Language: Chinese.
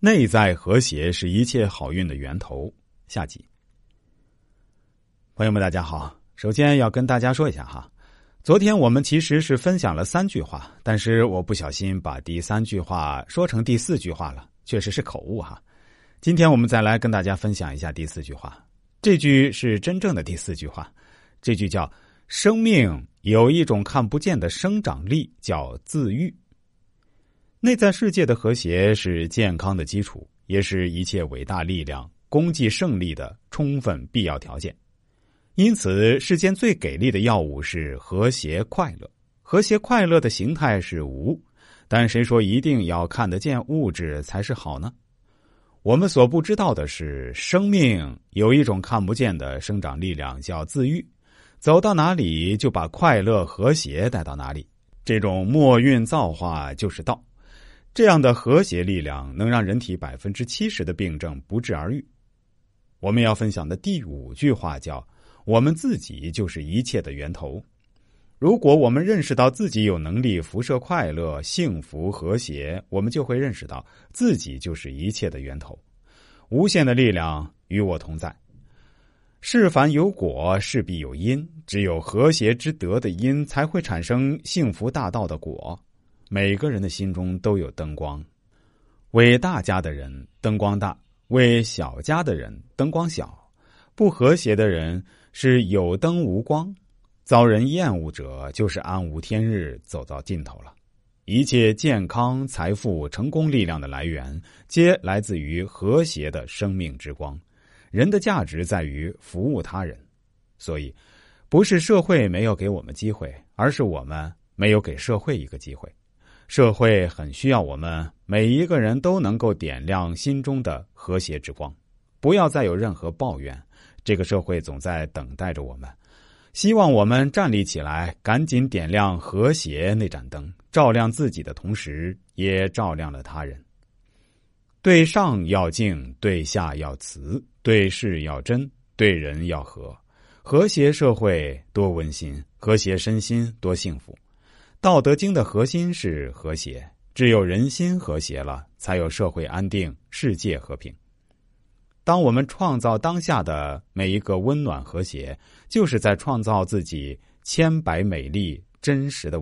内在和谐是一切好运的源头。下集。朋友们大家好，首先要跟大家说一下哈，昨天我们其实是分享了3句话，但是我不小心把第3句话说成第4句话了，确实是口误哈。今天我们再来跟大家分享一下第4句话，这句是真正的第4句话，这句叫生命有一种看不见的生长力，叫自愈。内在世界的和谐是健康的基础，也是一切伟大力量、功绩胜利的充分必要条件。因此，世间最给力的药物是和谐快乐。和谐快乐的形态是无，但谁说一定要看得见物质才是好呢？我们所不知道的是，生命有一种看不见的生长力量，叫自愈。走到哪里就把快乐和谐带到哪里，这种末运造化就是道。这样的和谐力量能让人体70%的病症不治而愈。我们要分享的第5句话叫我们自己就是一切的源头。如果我们认识到自己有能力辐射快乐、幸福、和谐，我们就会认识到自己就是一切的源头。无限的力量与我同在。事凡有果，势必有因，只有和谐之德的因，才会产生幸福大道的果。每个人的心中都有灯光，为大家的人灯光大，为小家的人灯光小。不和谐的人是有灯无光，遭人厌恶者就是暗无天日，走到尽头了。一切健康、财富、成功力量的来源，皆来自于和谐的生命之光。人的价值在于服务他人，所以不是社会没有给我们机会，而是我们没有给社会一个机会。社会很需要我们每一个人都能够点亮心中的和谐之光，不要再有任何抱怨。这个社会总在等待着我们，希望我们站立起来，赶紧点亮和谐那盏灯，照亮自己的同时，也照亮了他人。对上要敬，对下要慈，对事要真，对人要和。和谐社会多温馨，和谐身心多幸福。道德经的核心是和谐，只有人心和谐了，才有社会安定，世界和平。当我们创造当下的每一个温暖和谐，就是在创造自己千百美丽真实的